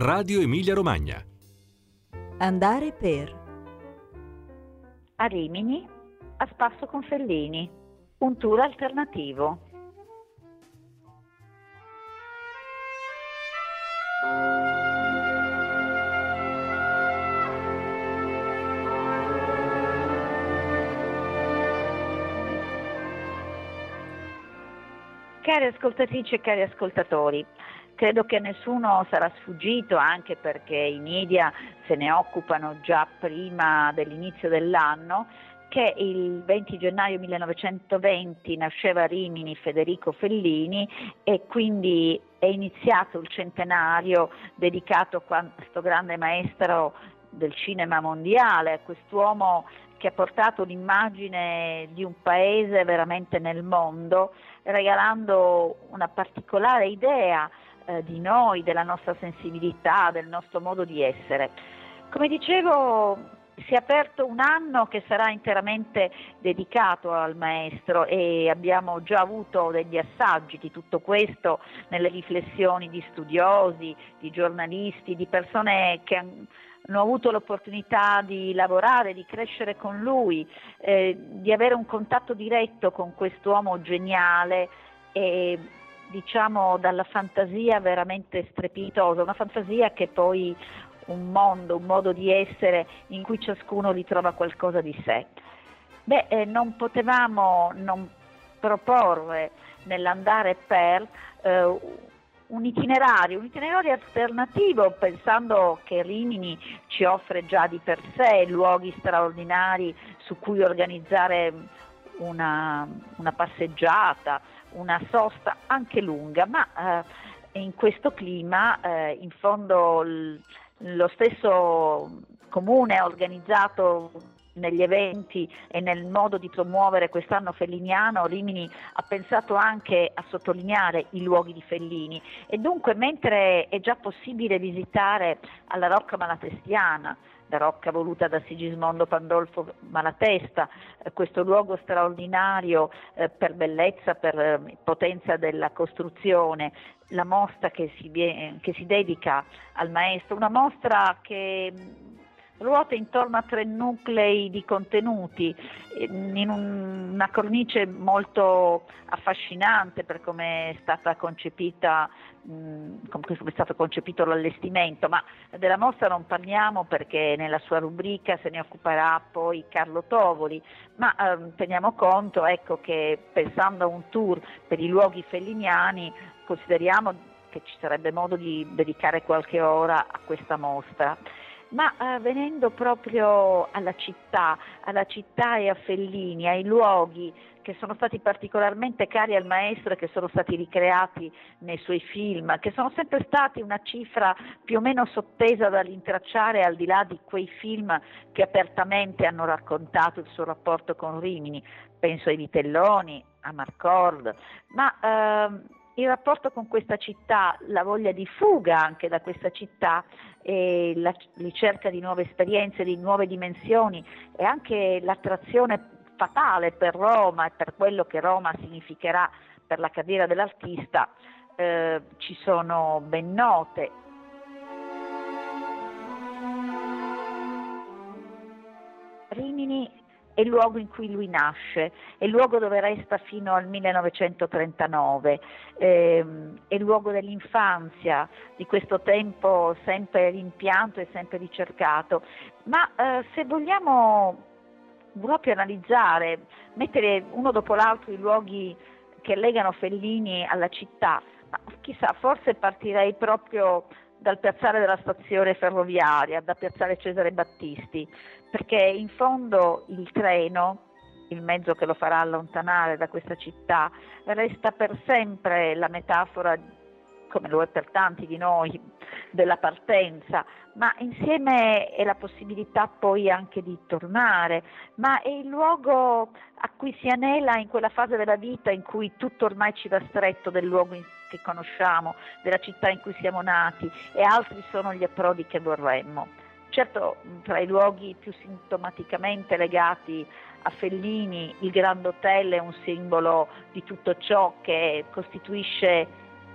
Radio Emilia Romagna. Andare per a Rimini, a spasso con Fellini, un tour alternativo. Cari ascoltatrici e cari ascoltatori, credo che nessuno sarà sfuggito, anche perché i media se ne occupano già prima dell'inizio dell'anno, che il 20 gennaio 1920 nasceva a Rimini Federico Fellini e quindi è iniziato il centenario dedicato a questo grande maestro del cinema mondiale, a quest'uomo che ha portato l'immagine di un paese veramente nel mondo, regalando una particolare idea di noi, della nostra sensibilità, del nostro modo di essere. Come dicevo, si è aperto un anno che sarà interamente dedicato al maestro e abbiamo già avuto degli assaggi di tutto questo nelle riflessioni di studiosi, di giornalisti, di persone che hanno avuto l'opportunità di lavorare, di crescere con lui, di avere un contatto diretto con quest'uomo geniale e diciamo dalla fantasia veramente strepitosa, una fantasia che poi un mondo, un modo di essere in cui ciascuno ritrova qualcosa di sé. Non potevamo non proporre nell'andare per un itinerario alternativo, pensando che Rimini ci offre già di per sé luoghi straordinari su cui organizzare una passeggiata, una sosta anche lunga, ma in questo clima in fondo lo stesso comune ha organizzato negli eventi e nel modo di promuovere quest'anno felliniano. Rimini ha pensato anche a sottolineare i luoghi di Fellini e dunque, mentre è già possibile visitare alla Rocca Malatestiana, la rocca voluta da Sigismondo Pandolfo Malatesta, questo luogo straordinario per bellezza, per potenza della costruzione, la mostra che si dedica al maestro, una mostra che ruota intorno a 3 nuclei di contenuti in una cornice molto affascinante per come è stata concepita, come è stato concepito l'allestimento, ma della mostra non parliamo perché nella sua rubrica se ne occuperà poi Carlo Tovoli, ma teniamo conto, ecco, che pensando a un tour per i luoghi felliniani consideriamo che ci sarebbe modo di dedicare qualche ora a questa mostra. Ma venendo proprio alla città e a Fellini, ai luoghi che sono stati particolarmente cari al maestro e che sono stati ricreati nei suoi film, che sono sempre stati una cifra più o meno sottesa da rintracciare al di là di quei film che apertamente hanno raccontato il suo rapporto con Rimini, penso ai Vitelloni, a Marcord, ma il rapporto con questa città, la voglia di fuga anche da questa città e la ricerca di nuove esperienze, di nuove dimensioni e anche l'attrazione fatale per Roma e per quello che Roma significherà per la carriera dell'artista ci sono ben note. Rimini è il luogo in cui lui nasce, è il luogo dove resta fino al 1939, è il luogo dell'infanzia, di questo tempo sempre rimpianto e sempre ricercato, ma se vogliamo proprio analizzare, mettere uno dopo l'altro i luoghi che legano Fellini alla città, ma chissà, forse partirei proprio dal piazzale della stazione ferroviaria, da piazzale Cesare Battisti, perché in fondo il treno, il mezzo che lo farà allontanare da questa città, resta per sempre la metafora, come lo è per tanti di noi, della partenza, ma insieme è la possibilità poi anche di tornare, ma è il luogo a cui si anela in quella fase della vita in cui tutto ormai ci va stretto del luogo che conosciamo, della città in cui siamo nati, e altri sono gli approdi che vorremmo. Certo, tra i luoghi più sintomaticamente legati a Fellini, il Grand Hotel è un simbolo di tutto ciò che costituisce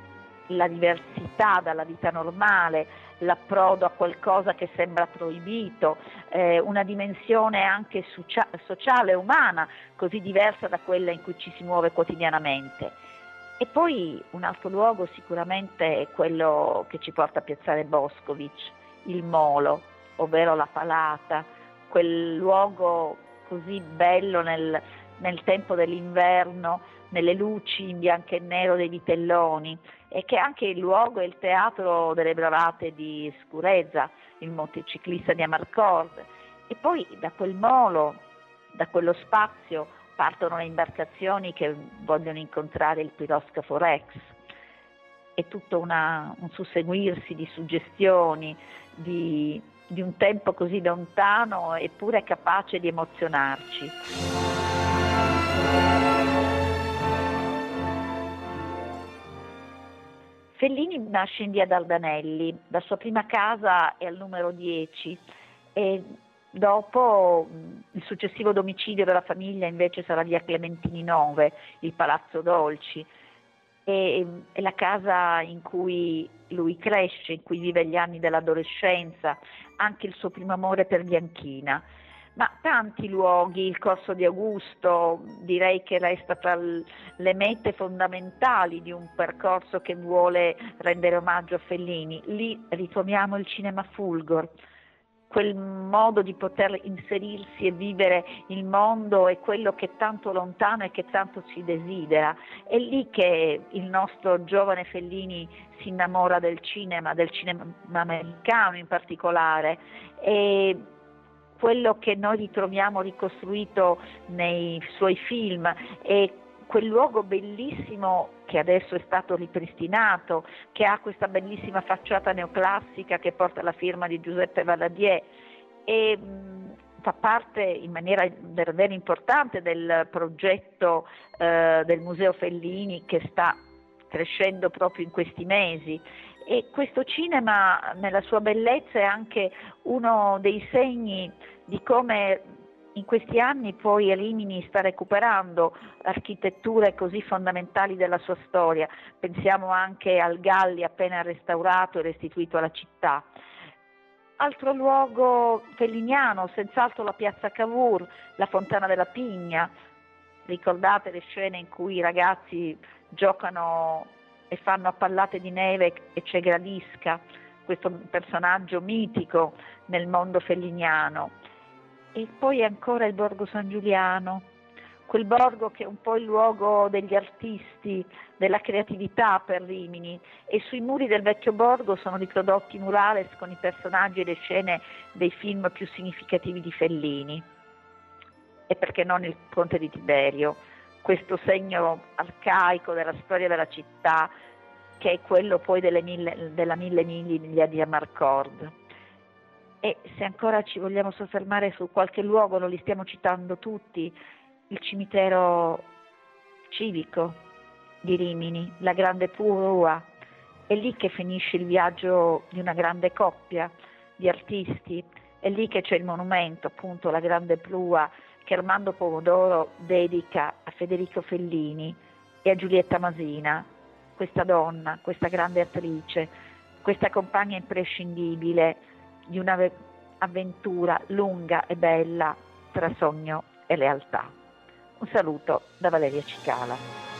la diversità dalla vita normale, l'approdo a qualcosa che sembra proibito, una dimensione anche sociale, umana, così diversa da quella in cui ci si muove quotidianamente. E poi un altro luogo sicuramente è quello che ci porta a Piazzale Boscovich, il Molo, ovvero la Palata, quel luogo così bello nel tempo dell'inverno, nelle luci in bianco e nero dei vitelloni, e che è anche il luogo e il teatro delle bravate di Scurezza, il motociclista di Amarcord. E poi da quel molo, da quello spazio, partono le imbarcazioni che vogliono incontrare il piroscafo Rex. È tutto un susseguirsi di suggestioni, di un tempo così lontano eppure capace di emozionarci. Fellini nasce in via Dardanelli, la sua prima casa è al numero 10 e dopo il successivo domicilio della famiglia invece sarà via Clementini 9, il Palazzo Dolci, è la casa in cui lui cresce, in cui vive gli anni dell'adolescenza, anche il suo primo amore per Bianchina. Ma tanti luoghi, il Corso di Augusto, direi che resta tra le mete fondamentali di un percorso che vuole rendere omaggio a Fellini. Lì ritroviamo il cinema Fulgor, quel modo di poter inserirsi e vivere il mondo è quello che è tanto lontano e che tanto si desidera. È lì che il nostro giovane Fellini si innamora del cinema americano in particolare, e quello che noi ritroviamo ricostruito nei suoi film è quel luogo bellissimo che adesso è stato ripristinato, che ha questa bellissima facciata neoclassica che porta la firma di Giuseppe Valadier e fa parte in maniera davvero importante del progetto del Museo Fellini che sta crescendo proprio in questi mesi. E questo cinema nella sua bellezza è anche uno dei segni di come in questi anni poi Rimini sta recuperando architetture così fondamentali della sua storia. Pensiamo anche al Galli appena restaurato e restituito alla città. Altro luogo felliniano, senz'altro la piazza Cavour, la Fontana della Pigna. Ricordate le scene in cui i ragazzi giocano e fanno a pallate di neve e c'è Gradisca, questo personaggio mitico nel mondo felliniano. E poi ancora il Borgo San Giuliano, quel borgo che è un po' il luogo degli artisti, della creatività per Rimini, e sui muri del vecchio borgo sono riprodotti murales con i personaggi e le scene dei film più significativi di Fellini. E perché non il Ponte di Tiberio, questo segno arcaico della storia della città, che è quello poi della 1000 miglia di Amarcord. E se ancora ci vogliamo soffermare su qualche luogo, non li stiamo citando tutti, il cimitero civico di Rimini, la Grande Prua, è lì che finisce il viaggio di una grande coppia di artisti, è lì che c'è il monumento, appunto la Grande Prua, che Armando Pomodoro dedica a Federico Fellini e a Giulietta Masina, questa donna, questa grande attrice, questa compagna imprescindibile di un'avventura lunga e bella tra sogno e realtà. Un saluto da Valeria Cicala.